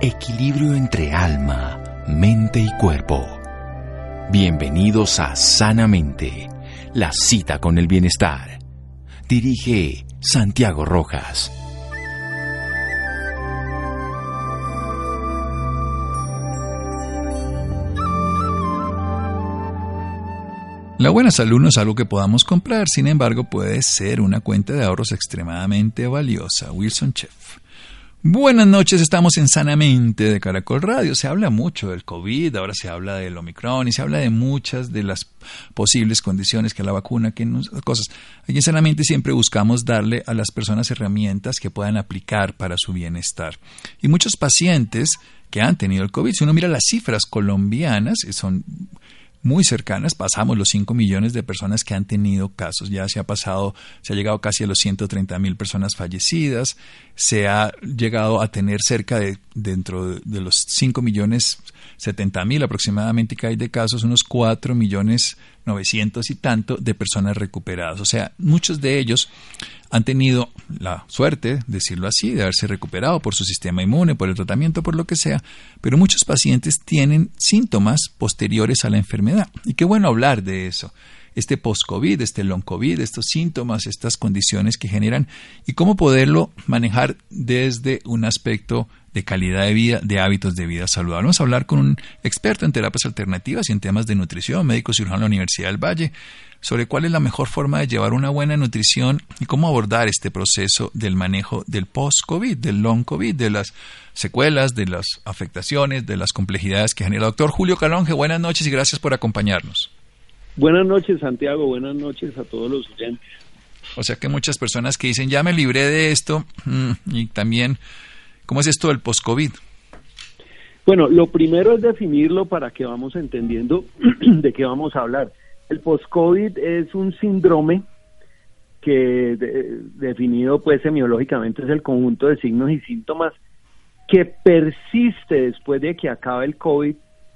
Equilibrio entre alma, mente y cuerpo. Bienvenidos a Sanamente, la cita con el bienestar. Dirige Santiago Rojas. La buena salud no es algo que podamos comprar, sin embargo puede ser una cuenta de ahorros extremadamente valiosa. Wilson Chef. Buenas noches, estamos en Sanamente de Caracol Radio. Se habla mucho del COVID, ahora se habla del Omicron y se habla de muchas de las posibles condiciones que la vacuna, que cosas. Aquí en Sanamente siempre buscamos darle a las personas herramientas que puedan aplicar para su bienestar. Y muchos pacientes que han tenido el COVID, si uno mira las cifras colombianas, son muy cercanas, pasamos los 5 millones de personas que han tenido casos, ya se ha llegado casi a los 130,000 personas fallecidas, se ha llegado a tener cerca de, dentro de los 5 millones 70,000 aproximadamente que hay de casos, unos 4 millones 900 y tanto de personas recuperadas. O sea, muchos de ellos han tenido la suerte, decirlo así, de haberse recuperado por su sistema inmune, por el tratamiento, por lo que sea, pero muchos pacientes tienen síntomas posteriores a la enfermedad. Y qué bueno hablar de eso. Este post-COVID, este long-COVID, estos síntomas, estas condiciones que generan y cómo poderlo manejar desde un aspecto de calidad de vida, de hábitos de vida saludable. Vamos a hablar con un experto en terapias alternativas y en temas de nutrición, médico cirujano de la Universidad del Valle, sobre cuál es la mejor forma de llevar una buena nutrición y cómo abordar este proceso del manejo del post-COVID, del long-COVID, de las secuelas, de las afectaciones, de las complejidades que genera. Doctor Julio Calonge, buenas noches y gracias por acompañarnos. Buenas noches, Santiago. Buenas noches a todos los oyentes. O sea que muchas personas que dicen, ya me libré de esto, y también, ¿cómo es esto del post-COVID? Bueno, lo primero es definirlo para que vamos entendiendo de qué vamos a hablar. El post-COVID es un síndrome que, definido pues semiológicamente, es el conjunto de signos y síntomas que persiste después de que acabe el COVID.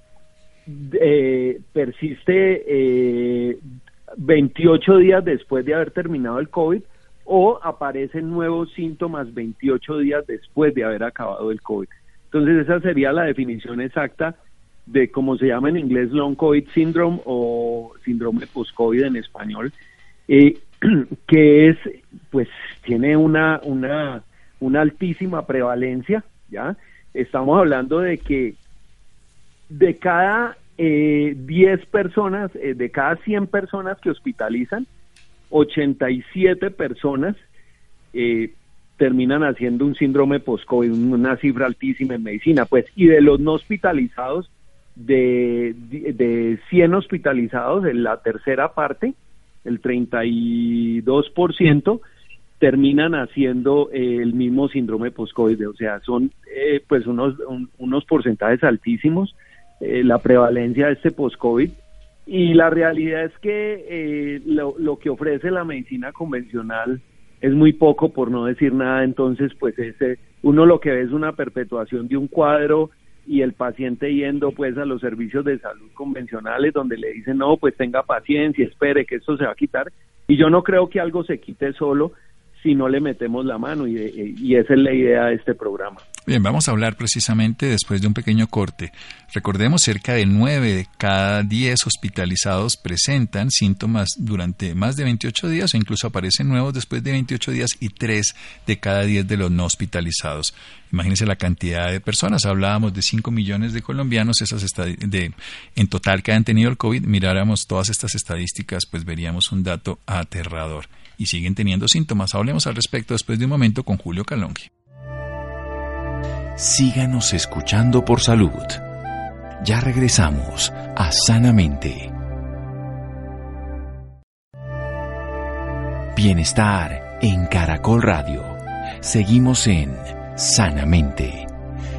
Persiste 28 días después de haber terminado el COVID o aparecen nuevos síntomas 28 días después de haber acabado el COVID. Entonces esa sería la definición exacta de cómo se llama en inglés Long COVID Syndrome o síndrome post-COVID en español, que es, pues, tiene una altísima prevalencia, ¿ya? Estamos hablando de que de cada 10 personas, de cada 100 personas que hospitalizan, 87 personas terminan haciendo un síndrome post-COVID, una cifra altísima en medicina, pues, y de los no hospitalizados, de 100 hospitalizados, en la tercera parte, el 32%, terminan haciendo el mismo síndrome post-COVID, o sea, son pues unos porcentajes altísimos, la prevalencia de este post-COVID, y la realidad es que lo que ofrece la medicina convencional es muy poco, por no decir nada. Entonces pues uno lo que ve es una perpetuación de un cuadro y el paciente yendo pues a los servicios de salud convencionales donde le dicen no, pues tenga paciencia, espere que esto se va a quitar, y yo no creo que algo se quite solo si no le metemos la mano, y esa es la idea de este programa. Bien, vamos a hablar precisamente después de un pequeño corte. Recordemos, cerca de 9 de cada 10 hospitalizados presentan síntomas durante más de 28 días o incluso aparecen nuevos después de 28 días y 3 de cada 10 de los no hospitalizados. Imagínense la cantidad de personas. Hablábamos de 5 millones de colombianos en total que han tenido el COVID. Miráramos todas estas estadísticas, pues veríamos un dato aterrador. Y siguen teniendo síntomas. Hablemos al respecto después de un momento con Julio Calonge. Síganos escuchando por salud. Ya regresamos a Sanamente. Bienestar en Caracol Radio. Seguimos en Sanamente.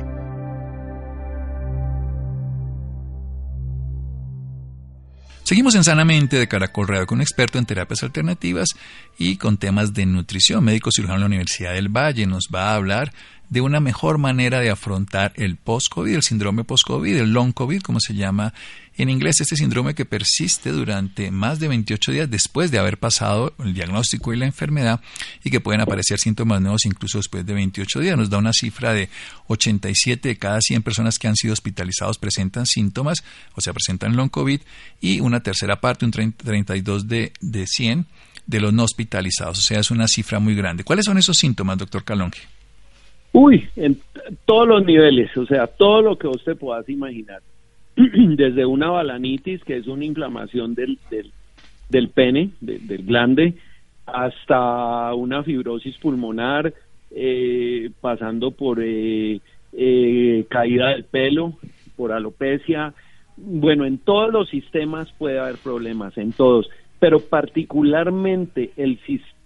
Seguimos en Sanamente de Caracol Radio con un experto en terapias alternativas y con temas de nutrición. Médico cirujano de la Universidad del Valle nos va a hablar de una mejor manera de afrontar el post-COVID, el síndrome post-COVID, el long COVID, como se llama en inglés, este síndrome que persiste durante más de 28 días después de haber pasado el diagnóstico y la enfermedad, y que pueden aparecer síntomas nuevos incluso después de 28 días. Nos da una cifra de 87 de cada 100 personas que han sido hospitalizados presentan síntomas, o sea, presentan long COVID, y una tercera parte, un 32 de 100 de los no hospitalizados. O sea, es una cifra muy grande. ¿Cuáles son esos síntomas, doctor Calonge? En todos los niveles, o sea, todo lo que vos te puedas imaginar. Desde una balanitis, que es una inflamación del pene, del glande, hasta una fibrosis pulmonar, pasando por caída del pelo, por alopecia. Bueno, en todos los sistemas puede haber problemas, en todos, pero particularmente el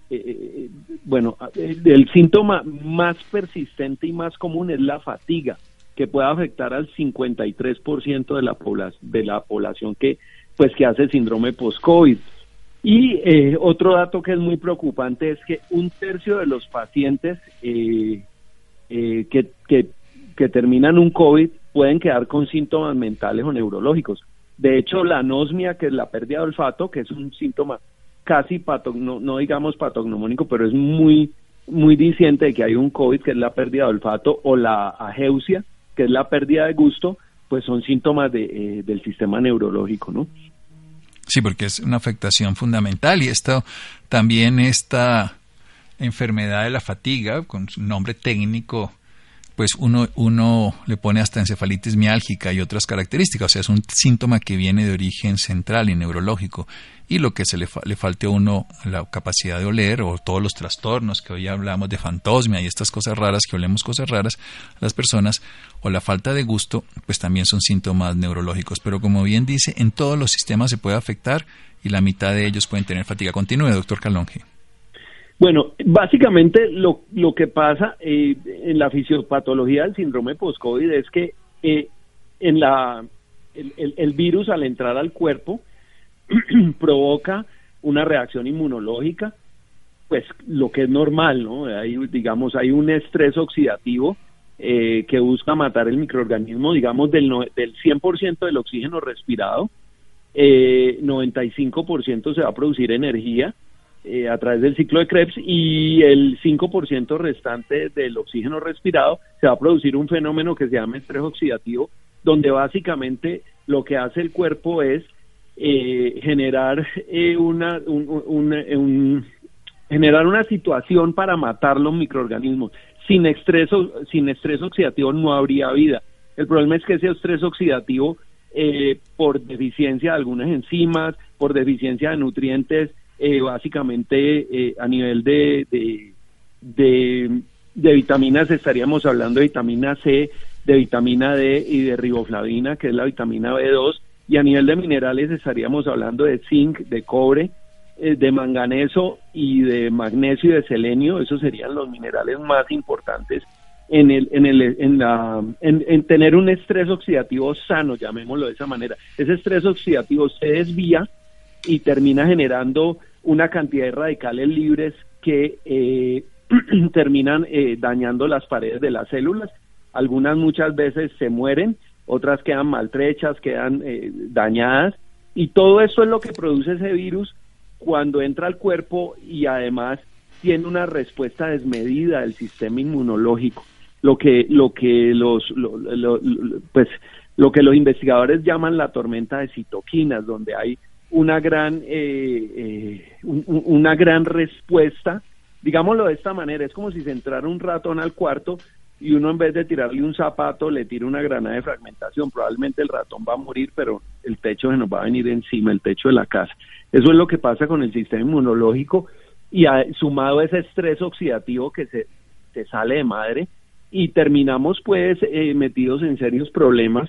síntoma más persistente y más común es la fatiga, que puede afectar al 53% de la población que hace el síndrome post-COVID. Y otro dato que es muy preocupante es que 1/3 de los pacientes que terminan un COVID pueden quedar con síntomas mentales o neurológicos. De hecho, la anosmia, que es la pérdida de olfato, que es un síntoma casi no digamos patognomónico, pero es muy muy diciente de que hay un COVID, que es la pérdida de olfato, o la ageusia, que es la pérdida de gusto, pues son síntomas del sistema neurológico, ¿no? Sí, porque es una afectación fundamental, y esto también, esta enfermedad de la fatiga, con su nombre técnico, pues uno le pone hasta encefalitis miálgica y otras características. O sea, es un síntoma que viene de origen central y neurológico, y lo que le falte a uno la capacidad de oler, o todos los trastornos que hoy hablamos de fantosmia y estas cosas raras, que olemos cosas raras a las personas, o la falta de gusto, pues también son síntomas neurológicos. Pero como bien dice, en todos los sistemas se puede afectar, y la mitad de ellos pueden tener fatiga. Continúe, doctor Calonge. Bueno, básicamente lo que pasa en la fisiopatología del síndrome post-COVID es que el virus, al entrar al cuerpo, provoca una reacción inmunológica, pues lo que es normal, ¿no? Hay un estrés oxidativo que busca matar el microorganismo, digamos, del 100% del oxígeno respirado, 95% se va a producir energía a través del ciclo de Krebs, y el 5% restante del oxígeno respirado se va a producir un fenómeno que se llama estrés oxidativo, donde básicamente lo que hace el cuerpo es generar una situación para matar los microorganismos. Sin estrés oxidativo no habría vida. El problema es que ese estrés oxidativo, por deficiencia de algunas enzimas, por deficiencia de nutrientes, básicamente a nivel de vitaminas, estaríamos hablando de vitamina C, de vitamina D y de riboflavina, que es la vitamina B2, y a nivel de minerales estaríamos hablando de zinc, de cobre, de manganeso y de magnesio y de selenio. Esos serían los minerales más importantes en tener un estrés oxidativo sano, llamémoslo de esa manera. Ese estrés oxidativo se desvía y termina generando una cantidad de radicales libres que terminan dañando las paredes de las células. Algunas muchas veces se mueren, otras quedan maltrechas, quedan dañadas, y todo eso es lo que produce ese virus cuando entra al cuerpo, y además tiene una respuesta desmedida del sistema inmunológico, lo que los investigadores llaman la tormenta de citoquinas, donde hay una gran respuesta. Digámoslo de esta manera, es como si se entrara un ratón al cuarto y uno, en vez de tirarle un zapato, le tira una granada de fragmentación. Probablemente el ratón va a morir, pero el techo se nos va a venir encima, el techo de la casa. Eso es lo que pasa con el sistema inmunológico, y sumado a ese estrés oxidativo que se sale de madre, y terminamos pues metidos en serios problemas,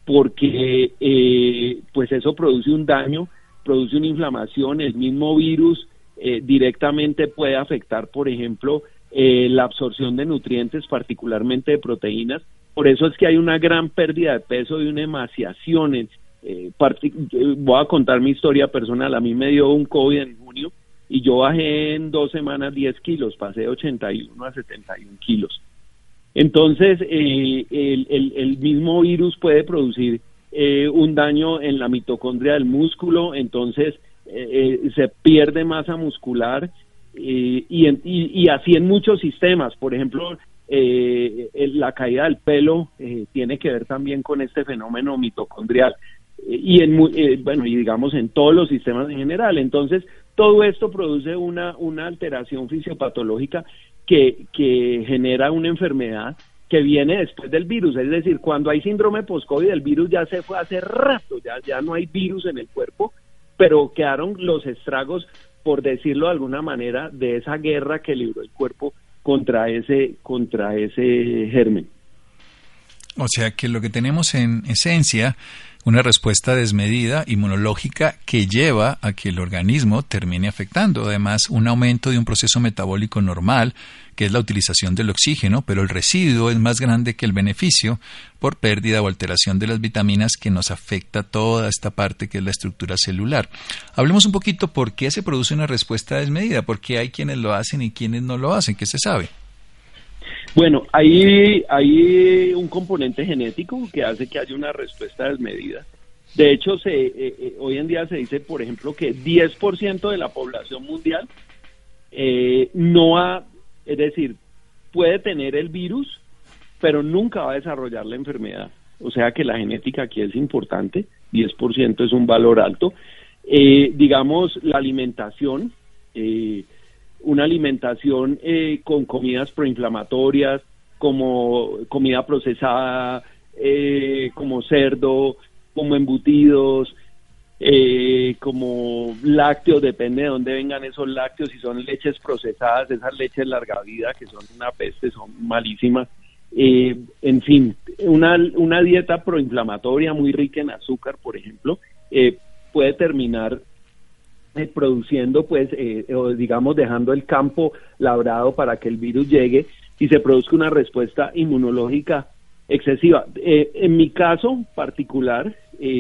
porque pues eso produce un daño, produce una inflamación. El mismo virus directamente puede afectar, por ejemplo, la absorción de nutrientes, particularmente de proteínas. Por eso es que hay una gran pérdida de peso y una emaciación. Voy a contar mi historia personal. A mí me dio un COVID en junio y yo bajé en 2 semanas 10 kilos, pasé de 81 a 71 kilos. Entonces, el mismo virus puede producir un daño en la mitocondria del músculo, entonces se pierde masa muscular y así en muchos sistemas. Por ejemplo, la caída del pelo tiene que ver también con este fenómeno mitocondrial y digamos en todos los sistemas en general. Entonces, todo esto produce una alteración fisiopatológica que genera una enfermedad que viene después del virus. Es decir, cuando hay síndrome post-COVID, el virus ya se fue hace rato, ya no hay virus en el cuerpo, pero quedaron los estragos, por decirlo de alguna manera, de esa guerra que libró el cuerpo contra ese germen. O sea que lo que tenemos en esencia, una respuesta desmedida inmunológica que lleva a que el organismo termine afectando. Además, un aumento de un proceso metabólico normal, que es la utilización del oxígeno, pero el residuo es más grande que el beneficio por pérdida o alteración de las vitaminas que nos afecta toda esta parte que es la estructura celular. Hablemos un poquito por qué se produce una respuesta desmedida, por qué hay quienes lo hacen y quienes no lo hacen, ¿qué se sabe? Bueno, hay un componente genético que hace que haya una respuesta desmedida. De hecho, hoy en día se dice, por ejemplo, que 10% de la población mundial es decir, puede tener el virus, pero nunca va a desarrollar la enfermedad. O sea que la genética aquí es importante, 10% es un valor alto. Digamos, la alimentación, una alimentación con comidas proinflamatorias, como comida procesada, como cerdo, como embutidos, como lácteos, depende de dónde vengan esos lácteos, si son leches procesadas, esas leches larga vida que son una peste, son malísimas. En fin, una dieta proinflamatoria muy rica en azúcar, por ejemplo, puede terminar produciendo, o digamos dejando el campo labrado para que el virus llegue y se produzca una respuesta inmunológica excesiva. En mi caso particular,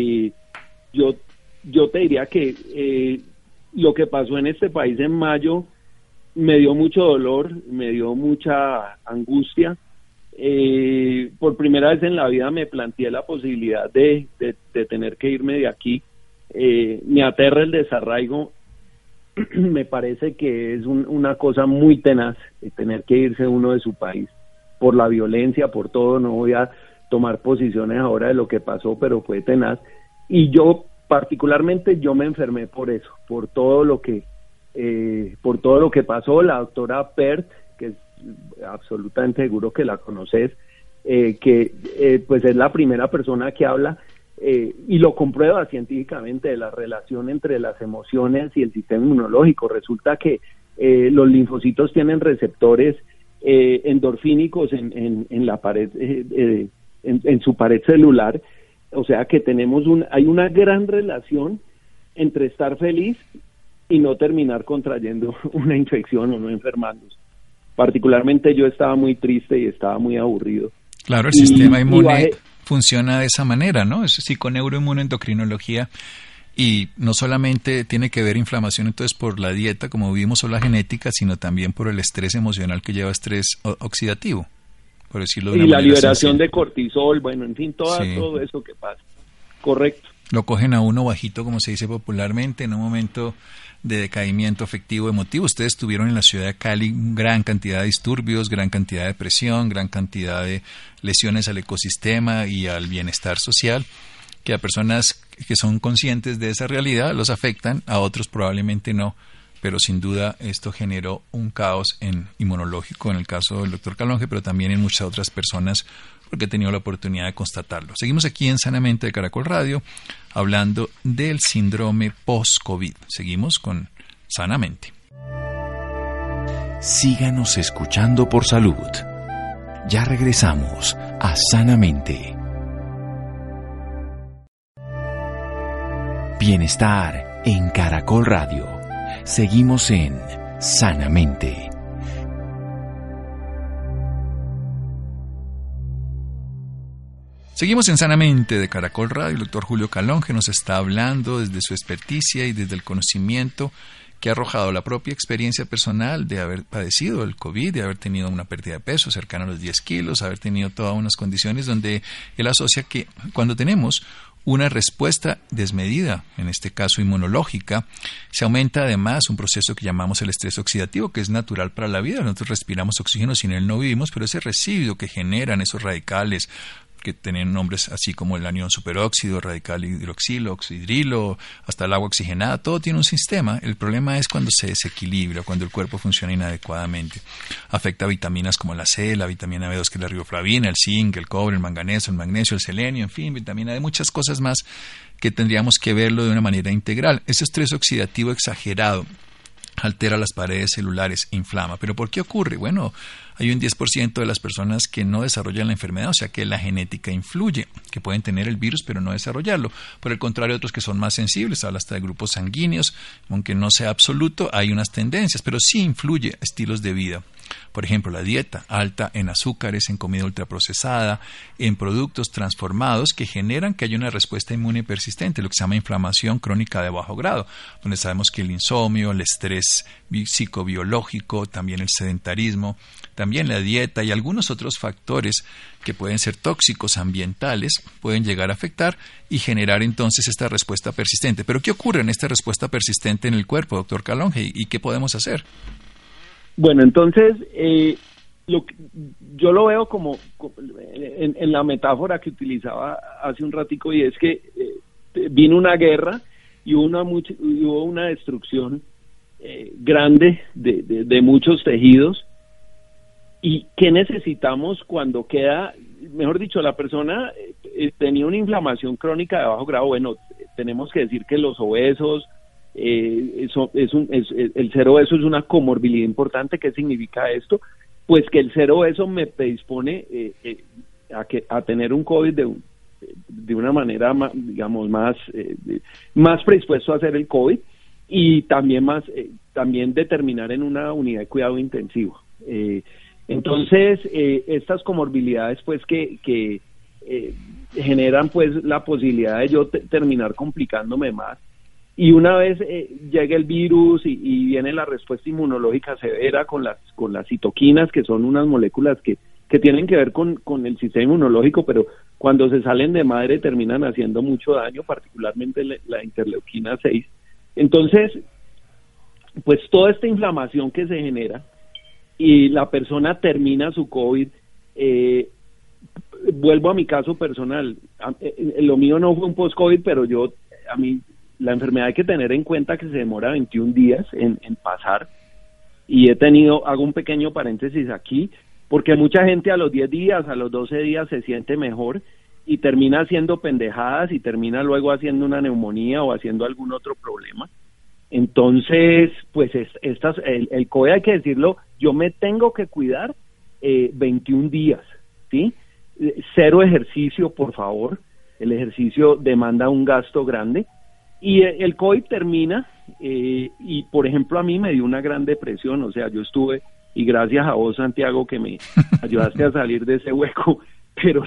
yo te diría que lo que pasó en este país en mayo me dio mucho dolor, me dio mucha angustia. Por primera vez en la vida me planteé la posibilidad de tener que irme de aquí. Me aterra el desarraigo. Me parece que es una cosa muy tenaz tener que irse uno de su país por la violencia, por todo. No voy a tomar posiciones ahora de lo que pasó, pero fue tenaz. Y yo particularmente me enfermé por eso, por todo lo que pasó. La doctora Pert, que es absolutamente seguro que la conoces, pues es la primera persona que habla y lo comprueba científicamente de la relación entre las emociones y el sistema inmunológico. Resulta que los linfocitos tienen receptores endorfínicos en la pared, en su pared celular. O sea que hay una gran relación entre estar feliz y no terminar contrayendo una infección o no enfermándose. Particularmente yo estaba muy triste y estaba muy aburrido. Claro, el sistema inmune funciona de esa manera, ¿no? Es psiconeuroinmunoendocrinología, y no solamente tiene que ver inflamación entonces por la dieta, como vimos, o la genética, sino también por el estrés emocional que lleva estrés oxidativo, por decirlo de una manera. Y la liberación sencilla de cortisol, bueno, en fin, todo eso que pasa. Correcto. Lo cogen a uno bajito, como se dice popularmente, en un momento de decaimiento afectivo emotivo. Ustedes tuvieron en la ciudad de Cali gran cantidad de disturbios, gran cantidad de presión, gran cantidad de lesiones al ecosistema y al bienestar social, que a personas que son conscientes de esa realidad los afectan, a otros probablemente no, pero sin duda esto generó un caos inmunológico en el caso del doctor Calonge, pero también en muchas otras personas, porque he tenido la oportunidad de constatarlo. Seguimos aquí en Sanamente de Caracol Radio, hablando del síndrome post-COVID. Seguimos con Sanamente. Síganos escuchando por salud. Ya regresamos a Sanamente. Bienestar en Caracol Radio. Seguimos en Sanamente. Seguimos en Sanamente de Caracol Radio. El doctor Julio Calonge nos está hablando desde su experticia y desde el conocimiento que ha arrojado la propia experiencia personal de haber padecido el COVID, de haber tenido una pérdida de peso cercana a los 10 kilos, haber tenido todas unas condiciones donde él asocia que cuando tenemos una respuesta desmedida, en este caso inmunológica, se aumenta además un proceso que llamamos el estrés oxidativo, que es natural para la vida. Nosotros respiramos oxígeno, sin él no vivimos, pero ese residuo que generan esos radicales, que tienen nombres así como el anión superóxido, radical hidroxilo, oxidrilo, hasta el agua oxigenada, todo tiene un sistema. El problema es cuando se desequilibra, cuando el cuerpo funciona inadecuadamente. Afecta a vitaminas como la C, la vitamina B2, que es la riboflavina, el zinc, el cobre, el manganeso, el magnesio, el selenio, en fin, vitamina D, muchas cosas más que tendríamos que verlo de una manera integral. Ese estrés oxidativo exagerado altera las paredes celulares, inflama. ¿Pero por qué ocurre? Bueno, hay un 10% de las personas que no desarrollan la enfermedad, o sea que la genética influye, que pueden tener el virus pero no desarrollarlo. Por el contrario, otros que son más sensibles, habla hasta de grupos sanguíneos, aunque no sea absoluto, hay unas tendencias, pero sí influye estilos de vida. Por ejemplo, la dieta alta en azúcares, en comida ultraprocesada, en productos transformados que generan que haya una respuesta inmune persistente, lo que se llama inflamación crónica de bajo grado, donde sabemos que el insomnio, el estrés psicobiológico, también el sedentarismo, también la dieta y algunos otros factores que pueden ser tóxicos ambientales pueden llegar a afectar y generar entonces esta respuesta persistente. ¿Pero qué ocurre en esta respuesta persistente en el cuerpo, doctor Calonge, y qué podemos hacer? Bueno, entonces, yo lo veo como en la metáfora que utilizaba hace un ratico, y es que vino una guerra y hubo una destrucción grande de muchos tejidos. ¿Y qué necesitamos cuando queda, mejor dicho, la persona tenía una inflamación crónica de bajo grado? Bueno, tenemos que decir que los obesos, el ser obeso es una comorbilidad importante. ¿Qué significa esto? Pues que el ser obeso me predispone a tener un COVID de una manera, digamos, más predispuesto a hacer el COVID, y también determinar en una unidad de cuidado intensivo. Entonces, estas comorbilidades pues que generan pues la posibilidad de yo terminar complicándome más. Y una vez llega el virus y viene la respuesta inmunológica severa con las citoquinas, que son unas moléculas que tienen que ver con el sistema inmunológico, pero cuando se salen de madre terminan haciendo mucho daño, particularmente la interleuquina 6. Entonces, pues toda esta inflamación que se genera y la persona termina su COVID. Vuelvo a mi caso personal. Lo mío no fue un post-COVID, pero a mí la enfermedad hay que tener en cuenta que se demora 21 días en pasar, y hago un pequeño paréntesis aquí, porque mucha gente a los 10 días, a los 12 días se siente mejor y termina haciendo pendejadas y termina luego haciendo una neumonía o haciendo algún otro problema. Entonces, pues el COVID, hay que decirlo, yo me tengo que cuidar 21 días, ¿sí? Cero ejercicio, por favor. El ejercicio demanda un gasto grande. Y el COVID termina, y por ejemplo a mí me dio una gran depresión. O sea, yo estuve, y gracias a vos, Santiago, que me ayudaste a salir de ese hueco, pero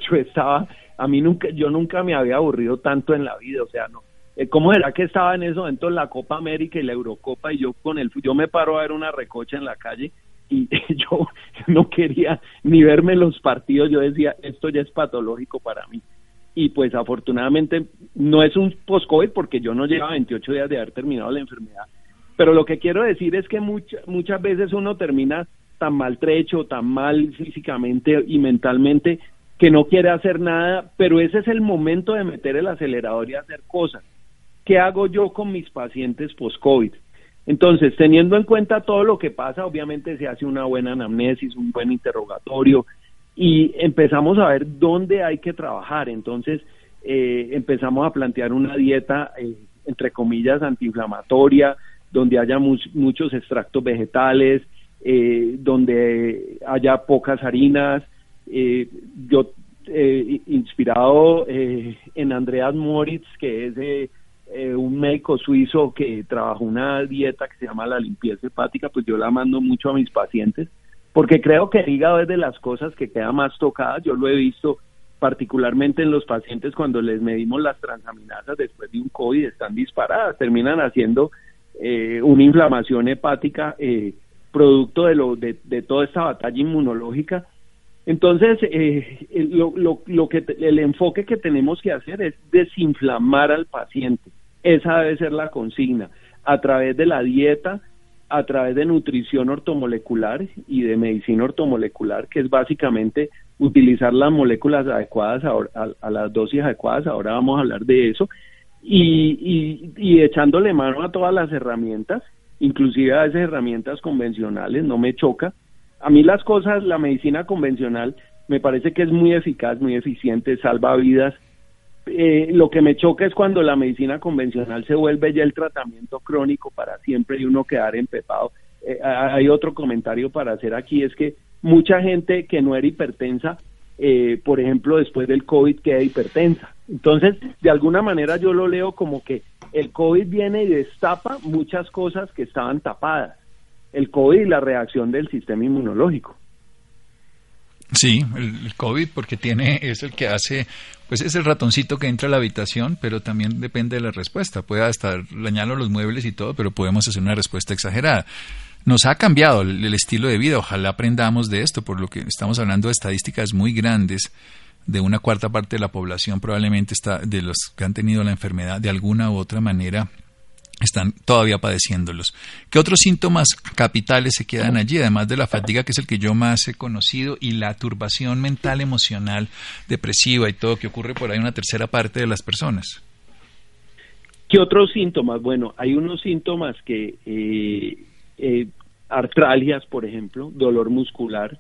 yo nunca me había aburrido tanto en la vida. O sea, no, ¿cómo era que estaba en ese momento la Copa América y la Eurocopa, y yo me paro a ver una recocha en la calle, y yo no quería ni verme los partidos? Yo decía, esto ya es patológico para mí. Y pues afortunadamente no es un post-COVID, porque yo no llevaba 28 días de haber terminado la enfermedad. Pero lo que quiero decir es que muchas veces uno termina tan maltrecho, tan mal físicamente y mentalmente, que no quiere hacer nada, pero ese es el momento de meter el acelerador y hacer cosas. ¿Qué hago yo con mis pacientes post-COVID? Entonces, teniendo en cuenta todo lo que pasa, obviamente se hace una buena anamnesis, un buen interrogatorio, y empezamos a ver dónde hay que trabajar. Entonces empezamos a plantear una dieta, entre comillas, antiinflamatoria, donde haya muchos extractos vegetales, donde haya pocas harinas. Yo inspirado en Andreas Moritz, que es un médico suizo que trabajó una dieta que se llama la limpieza hepática, pues yo la mando mucho a mis pacientes, porque creo que el hígado es de las cosas que queda más tocadas. Yo lo he visto particularmente en los pacientes cuando les medimos las transaminasas después de un COVID, están disparadas, terminan haciendo una inflamación hepática producto de toda esta batalla inmunológica. Entonces, el enfoque que tenemos que hacer es desinflamar al paciente. Esa debe ser la consigna, a través de la dieta, a través de nutrición ortomolecular y de medicina ortomolecular, que es básicamente utilizar las moléculas adecuadas a las dosis adecuadas. Ahora vamos a hablar de eso, y echándole mano a todas las herramientas, inclusive a esas herramientas convencionales. No me choca. A mí la medicina convencional me parece que es muy eficaz, muy eficiente, salva vidas. Lo que me choca es cuando la medicina convencional se vuelve ya el tratamiento crónico para siempre y uno quedar empepado. Hay otro comentario para hacer aquí, es que mucha gente que no era hipertensa, por ejemplo, después del COVID queda hipertensa. Entonces, de alguna manera yo lo leo como que el COVID viene y destapa muchas cosas que estaban tapadas. El COVID y la reacción del sistema inmunológico. Sí, el COVID, porque es el que hace, pues es el ratoncito que entra a la habitación, pero también depende de la respuesta. Puede hasta dañarlo los muebles y todo, pero podemos hacer una respuesta exagerada. Nos ha cambiado el estilo de vida, ojalá aprendamos de esto, por lo que estamos hablando de estadísticas muy grandes, de una cuarta parte de la población probablemente de los que han tenido la enfermedad de alguna u otra manera están todavía padeciéndolos. ¿Qué otros síntomas capitales se quedan allí, además de la fatiga, que es el que yo más he conocido, y la turbación mental, emocional, depresiva y todo, que ocurre por ahí una tercera parte de las personas? ¿Qué otros síntomas? Bueno, hay unos síntomas que artralgias, por ejemplo, dolor muscular,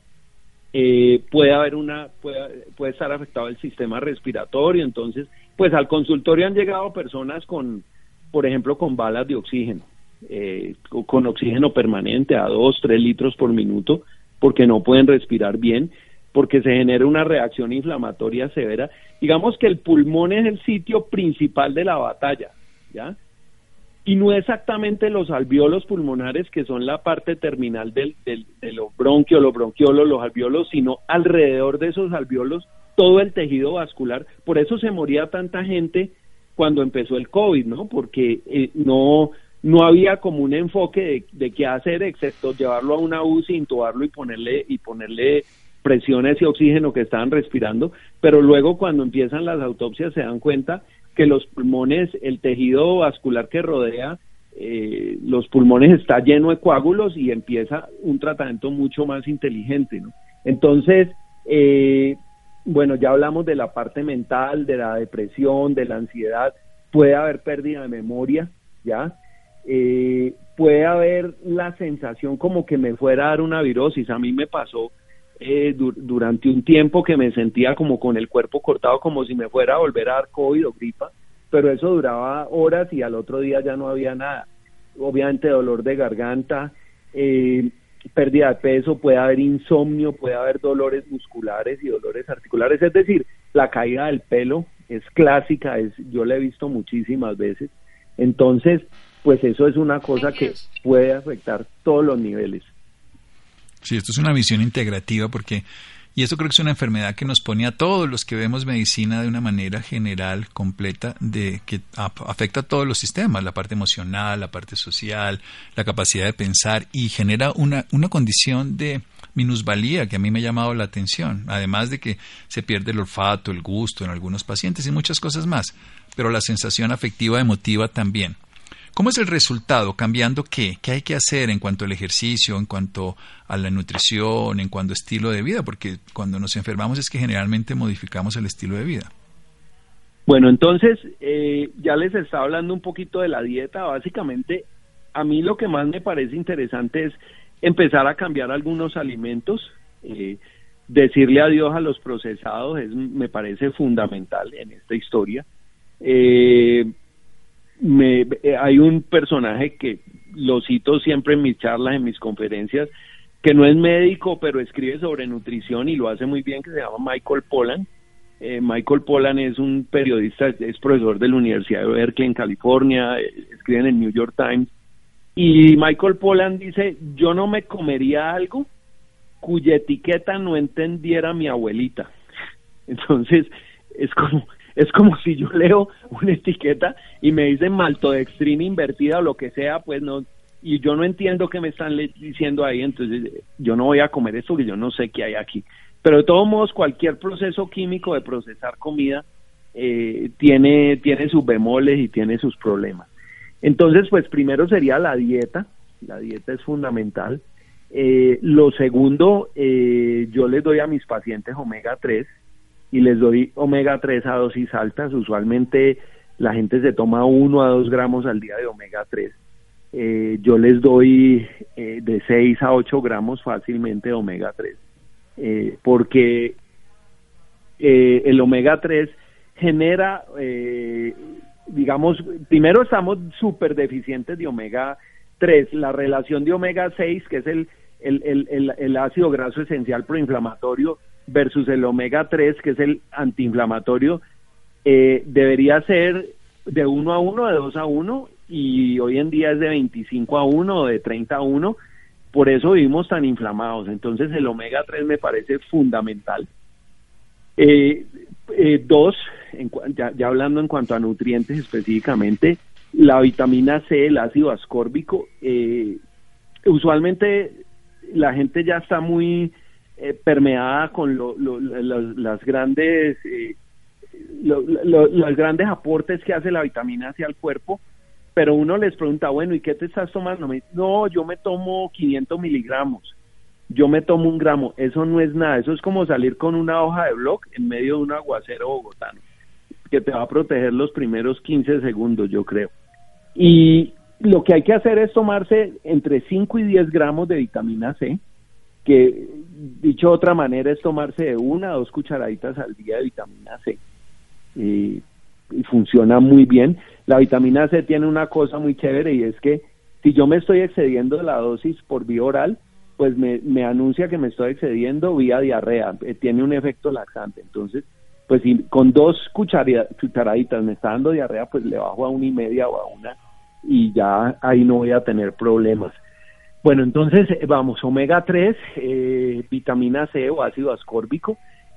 puede estar afectado el sistema respiratorio. Entonces, pues al consultorio han llegado personas por ejemplo, con balas de oxígeno, con oxígeno permanente a 2-3 litros por minuto, porque no pueden respirar bien, porque se genera una reacción inflamatoria severa. Digamos que el pulmón es el sitio principal de la batalla, ¿ya? Y no exactamente los alvéolos pulmonares, que son la parte terminal de los bronquios, los alvéolos, sino alrededor de esos alvéolos todo el tejido vascular. Por eso se moría tanta gente cuando empezó el COVID, ¿no? Porque no había como un enfoque de qué hacer, excepto llevarlo a una UCI, intubarlo y ponerle presiones y oxígeno que estaban respirando. Pero luego, cuando empiezan las autopsias, se dan cuenta que los pulmones, el tejido vascular que rodea los pulmones está lleno de coágulos, y empieza un tratamiento mucho más inteligente, ¿no? Entonces, bueno, ya hablamos de la parte mental, de la depresión, de la ansiedad. Puede haber pérdida de memoria, ¿ya? Puede haber la sensación como que me fuera a dar una virosis. A mí me pasó durante un tiempo que me sentía como con el cuerpo cortado, como si me fuera a volver a dar COVID o gripa, pero eso duraba horas y al otro día ya no había nada. Obviamente dolor de garganta, pérdida de peso, puede haber insomnio, puede haber dolores musculares y dolores articulares. Es decir, la caída del pelo es clásica, yo la he visto muchísimas veces. Entonces, pues eso es una cosa que puede afectar todos los niveles. Sí, esto es una visión integrativa, y esto creo que es una enfermedad que nos pone a todos los que vemos medicina de una manera general, completa, que afecta a todos los sistemas, la parte emocional, la parte social, la capacidad de pensar, y genera una condición de minusvalía que a mí me ha llamado la atención, además de que se pierde el olfato, el gusto en algunos pacientes y muchas cosas más, pero la sensación afectiva, emotiva también. ¿Cómo es el resultado? ¿Cambiando qué? ¿Qué hay que hacer en cuanto al ejercicio, en cuanto a la nutrición, en cuanto a estilo de vida? Porque cuando nos enfermamos es que generalmente modificamos el estilo de vida. Bueno, entonces, ya les estaba hablando un poquito de la dieta. Básicamente, a mí lo que más me parece interesante es empezar a cambiar algunos alimentos, decirle adiós a los procesados, me parece fundamental en esta historia. Hay un personaje que lo cito siempre en mis charlas, en mis conferencias, que no es médico, pero escribe sobre nutrición y lo hace muy bien, que se llama Michael Pollan. Michael Pollan es un periodista, es profesor de la Universidad de Berkeley en California, escribe en el New York Times, y Michael Pollan dice: yo no me comería algo cuya etiqueta no entendiera mi abuelita. Entonces, es es como si yo leo una etiqueta y me dicen maltodextrina invertida o lo que sea, pues no, y yo no entiendo qué me están diciendo ahí, entonces yo no voy a comer esto que yo no sé qué hay aquí. Pero de todos modos, cualquier proceso químico de procesar comida tiene sus bemoles y tiene sus problemas. Entonces, pues primero sería la dieta es fundamental. Lo segundo, yo les doy a mis pacientes omega 3 y les doy omega 3 a dosis altas. Usualmente la gente se toma 1 a 2 gramos al día de omega 3. Yo les doy de 6 a 8 gramos fácilmente de omega 3, porque el omega 3 genera, digamos, primero estamos súper deficientes de omega 3, la relación de omega 6, que es el ácido graso esencial proinflamatorio, versus el omega 3, que es el antiinflamatorio, debería ser de 1 a 1, de 2 a 1, y hoy en día es de 25 a 1 o de 30 a 1, por eso vivimos tan inflamados. Entonces el omega 3 me parece fundamental. Dos, ya hablando en cuanto a nutrientes específicamente, la vitamina C, el ácido ascórbico, usualmente la gente ya está muy permeada con los grandes aportes que hace la vitamina C al cuerpo, pero uno les pregunta, bueno, ¿y qué te estás tomando? No, yo me tomo 500 miligramos, yo me tomo 1 gramo. Eso no es nada, eso es como salir con una hoja de blog en medio de un aguacero bogotano, que te va a proteger los primeros 15 segundos, yo creo. Y lo que hay que hacer es tomarse entre 5 y 10 gramos de vitamina C, que dicho de otra manera es tomarse de 1 a 2 cucharaditas al día de vitamina C. Y funciona muy bien. La vitamina C tiene una cosa muy chévere, y es que si yo me estoy excediendo de la dosis por vía oral, pues me anuncia que me estoy excediendo vía diarrea, tiene un efecto laxante. Entonces, pues si con 2 cucharaditas me está dando diarrea, pues le bajo a 1.5 o a 1, y ya ahí no voy a tener problemas. Bueno, entonces vamos, omega 3, vitamina C o ácido ascórbico,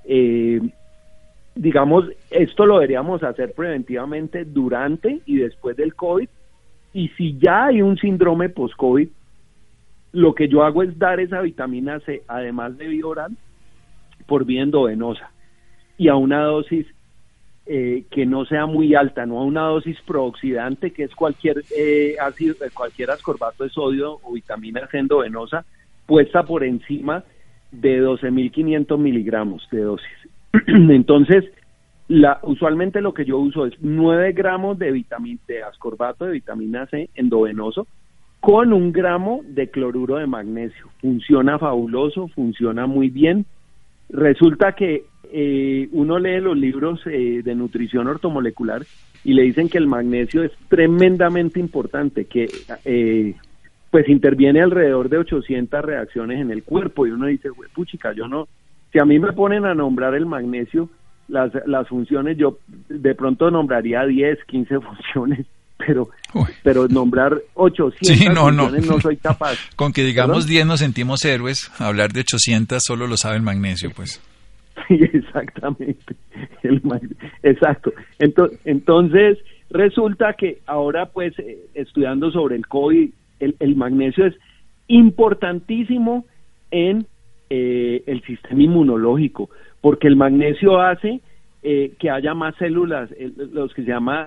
digamos, esto lo deberíamos hacer preventivamente durante y después del COVID, y si ya hay un síndrome post-COVID, lo que yo hago es dar esa vitamina C, además de vía oral, por vía endovenosa, y a una dosis que no sea muy alta, no a una dosis prooxidante, que es cualquier ácido, cualquier ascorbato de sodio o vitamina C endovenosa, puesta por encima de 12.500 miligramos de dosis. Entonces, usualmente lo que yo uso es 9 gramos de ascorbato de vitamina C endovenoso con 1 gramo de cloruro de magnesio. Funciona fabuloso, funciona muy bien. Resulta que uno lee los libros de nutrición ortomolecular y le dicen que el magnesio es tremendamente importante, que pues interviene alrededor de 800 reacciones en el cuerpo, y uno dice, puchica, yo no, si a mí me ponen a nombrar el magnesio, las funciones, yo de pronto nombraría 10, 15 funciones, pero nombrar 800 sí, funciones no soy capaz. Con que digamos ¿Perdón? 10 nos sentimos héroes, hablar de 800 solo lo sabe el magnesio, pues. Sí, exactamente. Exacto. Entonces, resulta que ahora, pues, estudiando sobre el COVID, el magnesio es importantísimo en el sistema inmunológico, porque el magnesio hace que haya más células, los que se llama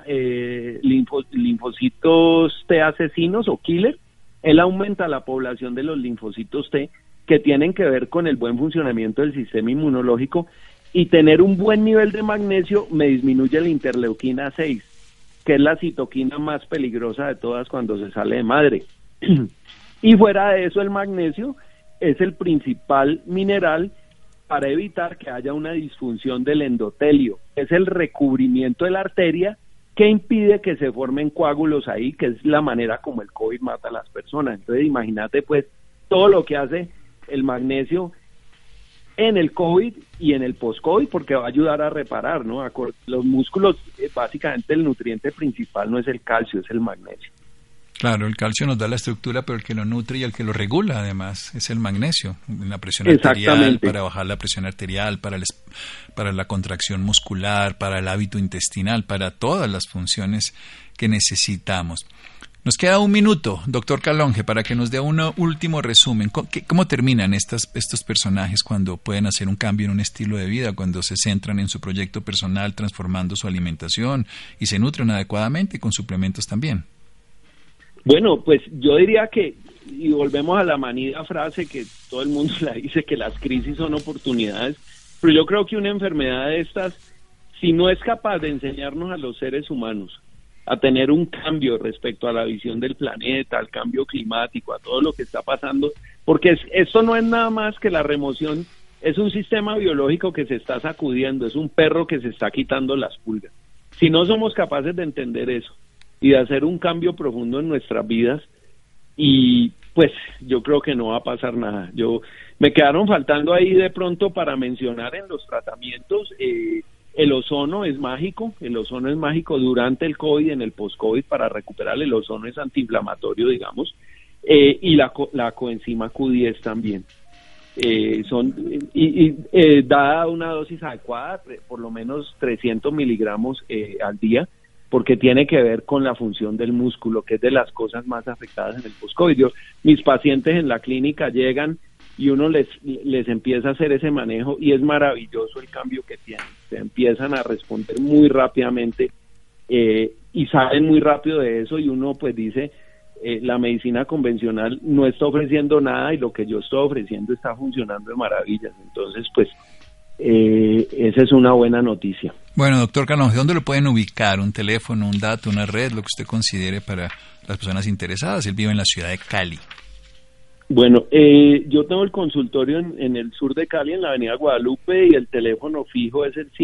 linfocitos T asesinos o killer. Él aumenta la población de los linfocitos T, que tienen que ver con el buen funcionamiento del sistema inmunológico, y tener un buen nivel de magnesio me disminuye la interleuquina 6, que es la citoquina más peligrosa de todas cuando se sale de madre. Y fuera de eso, el magnesio es el principal mineral para evitar que haya una disfunción del endotelio, es el recubrimiento de la arteria que impide que se formen coágulos ahí, que es la manera como el COVID mata a las personas. Entonces imagínate pues todo lo que hace el magnesio en el COVID y en el post-COVID, porque va a ayudar a reparar, ¿no? Los músculos, básicamente el nutriente principal no es el calcio, es el magnesio. Claro, el calcio nos da la estructura, pero el que lo nutre y el que lo regula, además, es el magnesio. La presión arterial, para bajar la presión arterial, para la contracción muscular, para el hábito intestinal, para todas las funciones que necesitamos. Nos queda un minuto, doctor Calonge, para que nos dé un último resumen. ¿Cómo terminan estos personajes cuando pueden hacer un cambio en un estilo de vida, cuando se centran en su proyecto personal, transformando su alimentación y se nutren adecuadamente y con suplementos también? Bueno, pues yo diría que, y volvemos a la manida frase que todo el mundo la dice, que las crisis son oportunidades, pero yo creo que una enfermedad de estas, si no es capaz de enseñarnos a los seres humanos a tener un cambio respecto a la visión del planeta, al cambio climático, a todo lo que está pasando, porque esto no es nada más que la remoción, es un sistema biológico que se está sacudiendo, es un perro que se está quitando las pulgas. Si no somos capaces de entender eso, y de hacer un cambio profundo en nuestras vidas, y pues yo creo que no va a pasar nada. Me quedaron faltando ahí de pronto para mencionar en los tratamientos, el ozono es mágico durante el COVID, en el post-COVID, para recuperar el ozono es antiinflamatorio, digamos, y la coenzima Q10 también. Dada una dosis adecuada, por lo menos 300 miligramos al día, porque tiene que ver con la función del músculo, que es de las cosas más afectadas en el post-COVID. Mis pacientes en la clínica llegan y uno les empieza a hacer ese manejo y es maravilloso el cambio que tienen. Se empiezan a responder muy rápidamente y salen muy rápido de eso, y uno pues dice, la medicina convencional no está ofreciendo nada y lo que yo estoy ofreciendo está funcionando de maravillas. Entonces pues esa es una buena noticia. Bueno, doctor Calonge, ¿dónde lo pueden ubicar? ¿Un teléfono, un dato, una red, lo que usted considere para las personas interesadas? Él vive en la ciudad de Cali. Bueno, yo tengo el consultorio en el sur de Cali, en la avenida Guadalupe, y el teléfono fijo es el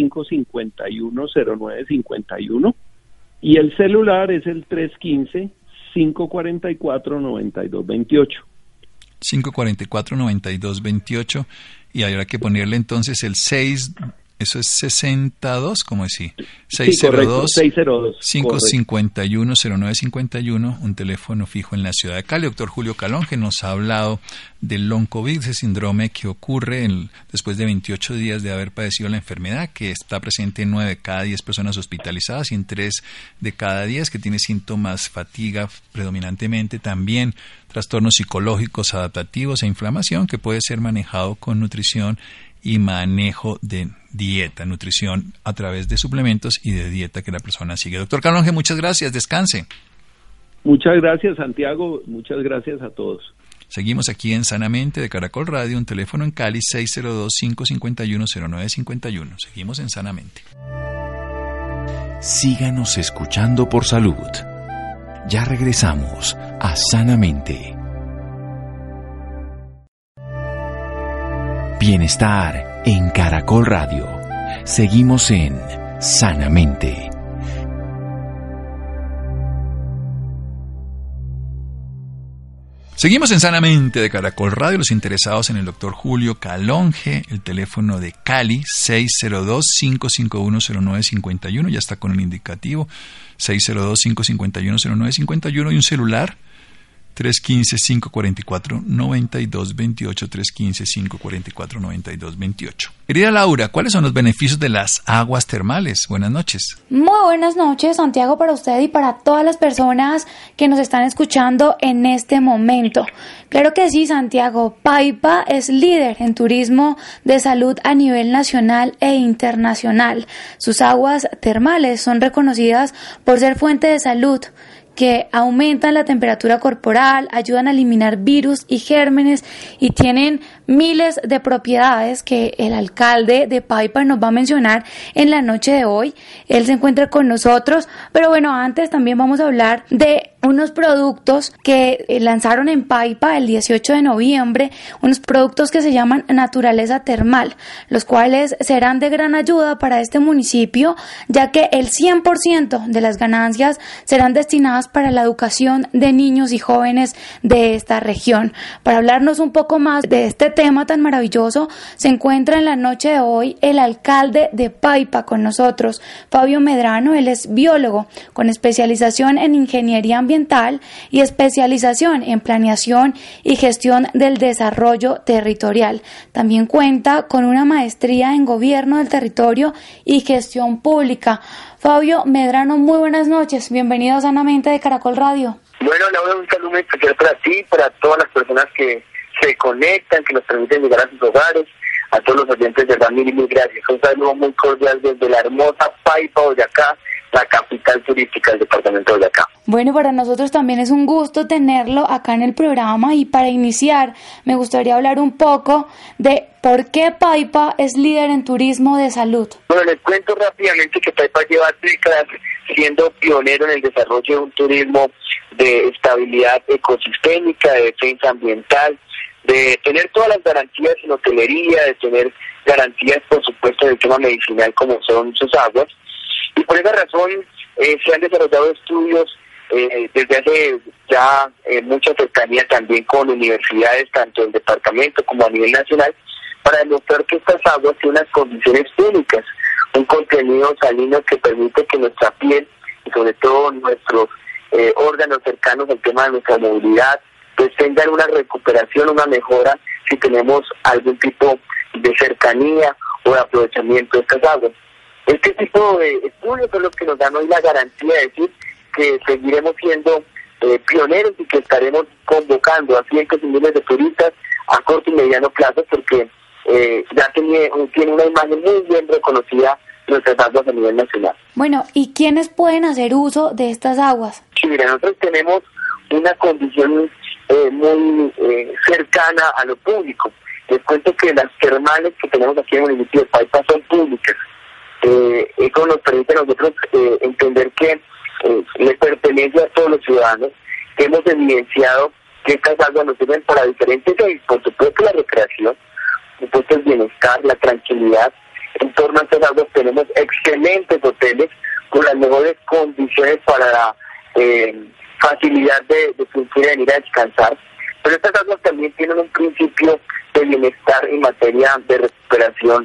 551-0951, y el celular es el 315-544-9228. 544-9228, y habrá que ponerle entonces el 6, eso es 62, ¿cómo decir? 602-551-0951, un teléfono fijo en la ciudad de Cali. Doctor Julio Calonge nos ha hablado del long COVID, ese síndrome que ocurre después de 28 días de haber padecido la enfermedad, que está presente en 9 de cada 10 personas hospitalizadas y en 3 de cada 10 que tiene síntomas, fatiga predominantemente, también trastornos psicológicos, adaptativos e inflamación, que puede ser manejado con nutrición y manejo de dieta, nutrición a través de suplementos y de dieta que la persona sigue. Doctor Calonge, muchas gracias, descanse. Muchas gracias, Santiago, muchas gracias a todos. Seguimos aquí en Sanamente de Caracol Radio, un teléfono en Cali 602-551-0951. Seguimos en Sanamente. Síganos escuchando por salud. Ya regresamos a Sanamente. Bienestar en Caracol Radio. Seguimos en Sanamente. Seguimos en Sanamente de Caracol Radio. Los interesados en el doctor Julio Calonge, el teléfono de Cali 602-551-0951, ya está con el indicativo 602-551-0951, y un celular 315-544-9228, 315-544-9228. Querida Laura, ¿cuáles son los beneficios de las aguas termales? Buenas noches. Muy buenas noches, Santiago, para usted y para todas las personas que nos están escuchando en este momento. Claro que sí, Santiago. Paipa es líder en turismo de salud a nivel nacional e internacional. Sus aguas termales son reconocidas por ser fuente de salud, que aumentan la temperatura corporal, ayudan a eliminar virus y gérmenes y tienen miles de propiedades que el alcalde de Paipa nos va a mencionar en la noche de hoy. Él se encuentra con nosotros, pero bueno, antes también vamos a hablar de unos productos que lanzaron en Paipa el 18 de noviembre, unos productos que se llaman Naturaleza Termal, los cuales serán de gran ayuda para este municipio, ya que el 100% de las ganancias serán destinadas para la educación de niños y jóvenes de esta región. Para hablarnos un poco más de este tema tan maravilloso se encuentra en la noche de hoy el alcalde de Paipa con nosotros, Fabio Medrano. Él es biólogo con especialización en ingeniería ambiental y especialización en planeación y gestión del desarrollo territorial. También cuenta con una maestría en gobierno del territorio y gestión pública. Fabio Medrano, muy buenas noches. Bienvenido a Sanamente de Caracol Radio. Bueno, Laura, un saludo especial para ti, para todas las personas que se conectan, que nos permiten llegar a sus hogares, a todos los oyentes, de verdad, mil gracias. Un saludo muy cordial desde la hermosa Paipa, Boyacá, la capital turística del departamento de Boyacá. Bueno, para nosotros también es un gusto tenerlo acá en el programa, y para iniciar me gustaría hablar un poco de por qué Paipa es líder en turismo de salud. Bueno, les cuento rápidamente que Paipa lleva décadas siendo pionero en el desarrollo de un turismo de estabilidad ecosistémica, de defensa ambiental, de tener todas las garantías en hotelería, de tener garantías, por supuesto, del tema medicinal como son sus aguas. Y por esa razón se han desarrollado estudios desde hace ya mucha cercanía también con universidades, tanto del departamento como a nivel nacional, para demostrar que estas aguas tienen unas condiciones únicas, un contenido salino que permite que nuestra piel y sobre todo nuestros órganos cercanos al tema de nuestra movilidad, pues tengan una recuperación, una mejora si tenemos algún tipo de cercanía o de aprovechamiento de estas aguas. Este tipo de estudios son los que nos dan hoy la garantía de decir que seguiremos siendo pioneros y que estaremos convocando a cientos y miles de turistas a corto y mediano plazo, porque ya tiene una imagen muy bien reconocida nuestras aguas a nivel nacional. Bueno, ¿y quiénes pueden hacer uso de estas aguas? Sí, mira, nosotros tenemos una condición muy cercana a lo público. Les cuento que las termales que tenemos aquí en el municipio de Paipa son públicas. Eso nos permite a nosotros entender que le pertenece a todos los ciudadanos, que hemos evidenciado que estas aguas nos sirven para diferentes fines, por supuesto la recreación, por supuesto el bienestar, la tranquilidad. En torno a estas aguas tenemos excelentes hoteles con las mejores condiciones para la facilidad de fluir y venir a descansar. Pero estas aguas también tienen un principio de bienestar en materia de recuperación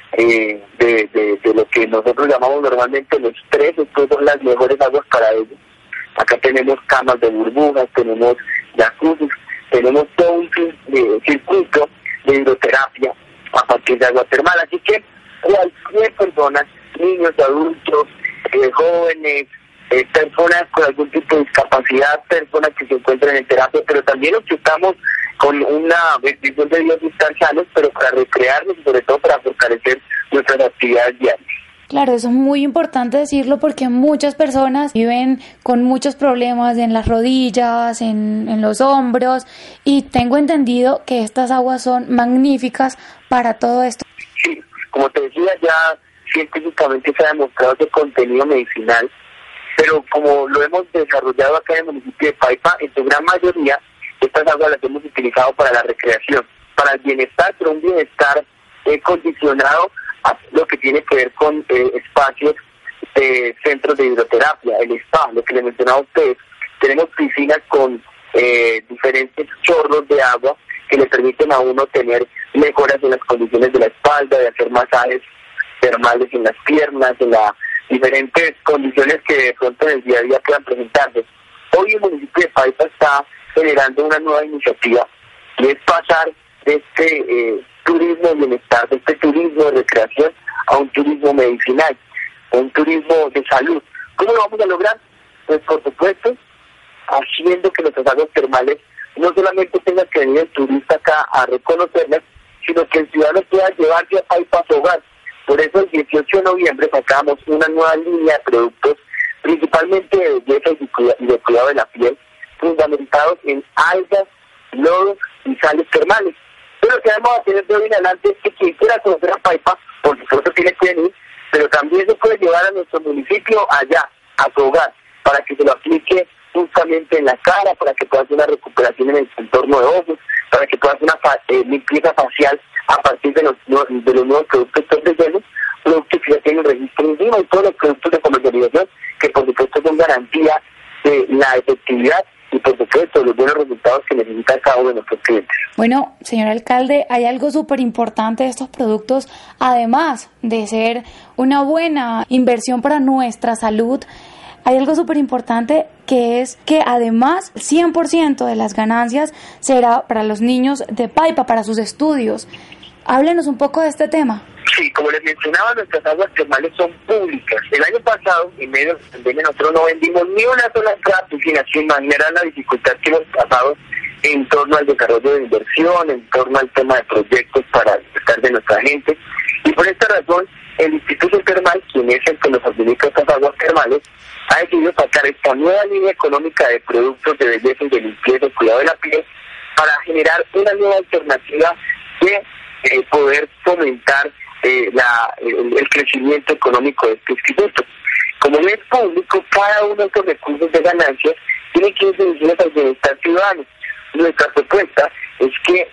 de lo que nosotros llamamos normalmente los estrés. Estas son las mejores aguas para ellos. Acá tenemos camas de burbujas, tenemos jacuzzi, tenemos todo un circuito de hidroterapia a partir de agua termal. Así que cualquier persona, niños, adultos, jóvenes, personas con algún tipo de discapacidad, personas que se encuentran en terapia, pero también los que estamos con una bendición de Dios de estar sanos, pero para recrearnos y sobre todo para fortalecer nuestras actividades diarias. Claro, eso es muy importante decirlo, porque muchas personas viven con muchos problemas en las rodillas, en los hombros, y tengo entendido que estas aguas son magníficas para todo esto. Sí, como te decía, ya científicamente se ha demostrado ese contenido medicinal, pero como lo hemos desarrollado acá en el municipio de Paipa, en su gran mayoría, estas aguas las hemos utilizado para la recreación, para el bienestar, pero un bienestar condicionado a lo que tiene que ver con espacios de centros de hidroterapia, el spa, lo que les mencionaba a ustedes. Tenemos piscinas con diferentes chorros de agua que le permiten a uno tener mejoras en las condiciones de la espalda, de hacer masajes termales en las piernas, en las diferentes condiciones que de pronto en el día a día puedan presentarse. Hoy el municipio de Paipa está generando una nueva iniciativa, y es pasar de este turismo de bienestar, de este turismo de recreación, a un turismo medicinal, a un turismo de salud. ¿Cómo lo vamos a lograr? Pues por supuesto, haciendo que nuestras aguas termales no solamente tengan que venir el turista acá a reconocerlas, sino que el ciudadano pueda llevarse a Paipa a su hogar. Por eso el 18 de noviembre sacamos una nueva línea de productos, principalmente de belleza y de cuidado de la piel, fundamentados en algas, lodos y sales termales. Pero lo que vamos a tener de hoy en adelante es que quien quiera conocer a Paipa, por supuesto tiene que venir, pero también se puede llevar a nuestro municipio allá, a su hogar, para que se lo aplique justamente en la cara, para que pueda hacer una recuperación en el entorno de ojos, para que pueda hacer una limpieza facial a partir de los nuevos productos rellenos, productos que ya tienen registro encima, y todos los productos de comercialización que por supuesto son garantía de la efectividad y por supuesto efectos, los buenos resultados que necesita cada uno de nuestros clientes. Bueno, señor alcalde, hay algo súper importante de estos productos, además de ser una buena inversión para nuestra salud. Hay algo súper importante que es que además 100% de las ganancias será para los niños de Paipa, para sus estudios. Háblenos un poco de este tema. Sí, como les mencionaba, nuestras aguas termales son públicas. El año pasado, en medio de la pandemia, nosotros no vendimos ni una sola entrada a piscina, sin imaginar la dificultad que hemos pasado en torno al desarrollo de inversión, en torno al tema de proyectos para el bienestar de nuestra gente. Y por esta razón, el Instituto Termal, quien es el que nos administra estas aguas termales, ha decidido sacar esta nueva línea económica de productos de belleza y de limpieza y cuidado de la piel para generar una nueva alternativa de poder fomentar el crecimiento económico de este instituto. Como es público, cada uno de estos recursos de ganancias tiene que ir dirigidos al bienestar ciudadano. Nuestra propuesta es que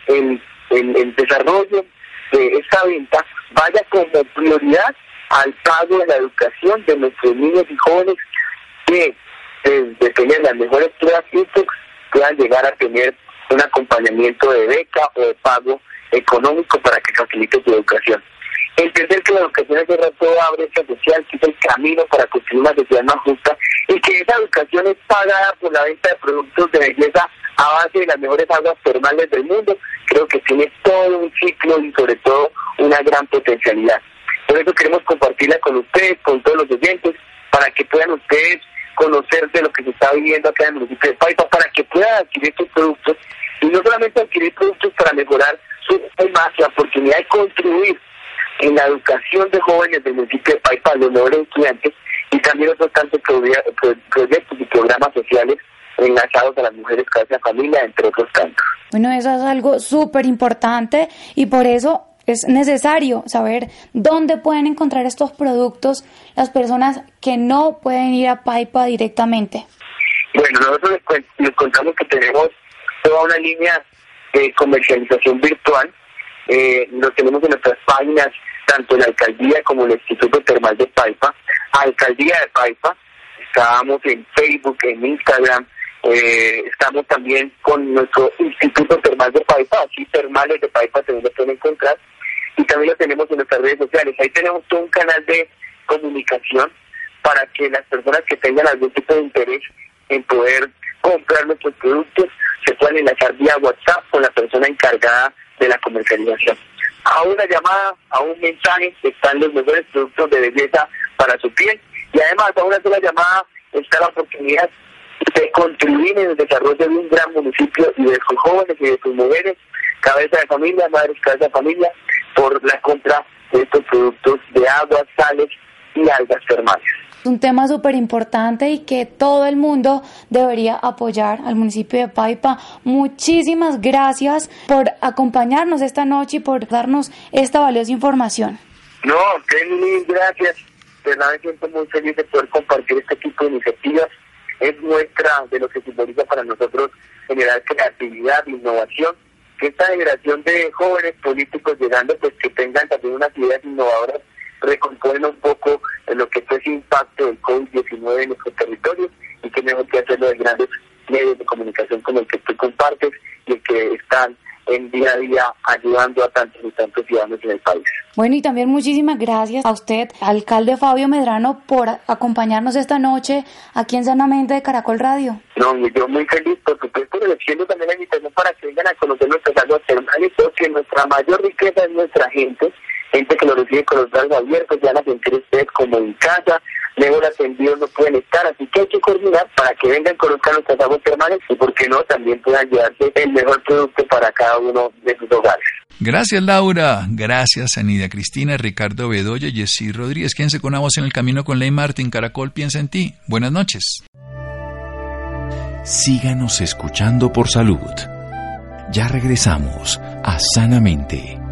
el desarrollo de esta venta vaya como prioridad al pago de la educación de nuestros niños y jóvenes que de tener las mejores pruebas puedan llegar a tener un acompañamiento de beca o de pago económico para que facilite su educación. Entender que la educación es de toda brecha social, que es el camino para construir una sociedad más justa y que esa educación es pagada por la venta de productos de belleza a base de las mejores aguas termales del mundo, creo que tiene todo un ciclo y sobre todo una gran potencialidad. Por eso queremos compartirla con ustedes, con todos los oyentes, para que puedan ustedes conocer de lo que se está viviendo acá en el municipio de Paipa, para que puedan adquirir estos productos y no solamente adquirir productos para mejorar su más la oportunidad de contribuir en la educación de jóvenes del municipio de Paipa, los mejores estudiantes, y también otros tantos proyectos y programas sociales enlazados a las mujeres cabezas de familia, entre otros tantos. Bueno, eso es algo súper importante y por eso es necesario saber dónde pueden encontrar estos productos las personas que no pueden ir a Paipa directamente. Bueno, nosotros les contamos que tenemos toda una línea de comercialización virtual. Lo tenemos en nuestras páginas, tanto en la alcaldía como en el Instituto Termal de Paipa. Alcaldía de Paipa, estamos en Facebook, en Instagram, estamos también con nuestro Instituto Termal de Paipa, así Termales de Paipa también lo pueden encontrar, y también lo tenemos en nuestras redes sociales. Ahí tenemos todo un canal de comunicación para que las personas que tengan algún tipo de interés en poder comprar nuestros productos se puedan enlazar vía WhatsApp con la persona encargada de la comercialización. A una llamada, a un mensaje, están los mejores productos de belleza para su piel, y además a una sola llamada está la oportunidad de contribuir en el desarrollo de un gran municipio y de sus jóvenes y de sus mujeres, cabeza de familia, madres cabeza de familia, por la compra de estos productos de aguas, sales y algas termales. Es un tema súper importante y que todo el mundo debería apoyar al municipio de Paipa. Muchísimas gracias por acompañarnos esta noche y por darnos esta valiosa información. No, mil gracias. De verdad me siento muy feliz de poder compartir este tipo de iniciativas. Es muestra de lo que simboliza para nosotros generar creatividad, innovación, que esta generación de jóvenes políticos llegando, pues que tengan también unas ideas innovadoras, recomponen un poco lo que fue ese impacto del COVID-19 en nuestro territorio, y que mejor que hacerlo de grandes medios de comunicación como el que tú compartes y el que están en día a día ayudando a tantos y tantos ciudadanos en el país. Bueno, y también muchísimas gracias a usted, alcalde Fabio Medrano, por acompañarnos esta noche aquí en Sanamente de Caracol Radio. No, yo muy feliz, por supuesto, le extiendo también la invitación para que vengan a conocer nuestras aguas termales, porque nuestra mayor riqueza es nuestra gente que lo recibe con los brazos abiertos, ya van a sentir ustedes como en casa, mejor atendidos no pueden estar, así que hay que coordinar para que vengan, conozcan nuestras aguas termales y, por qué no, también puedan llevarse el mejor producto para cada uno de sus hogares. Gracias, Laura. Gracias a Nidia Cristina, Ricardo Bedoya, Jessy Rodríguez. Quédense con una voz en el camino con Ley Martín. Caracol piensa en ti. Buenas noches. Síganos escuchando por salud. Ya regresamos a Sanamente.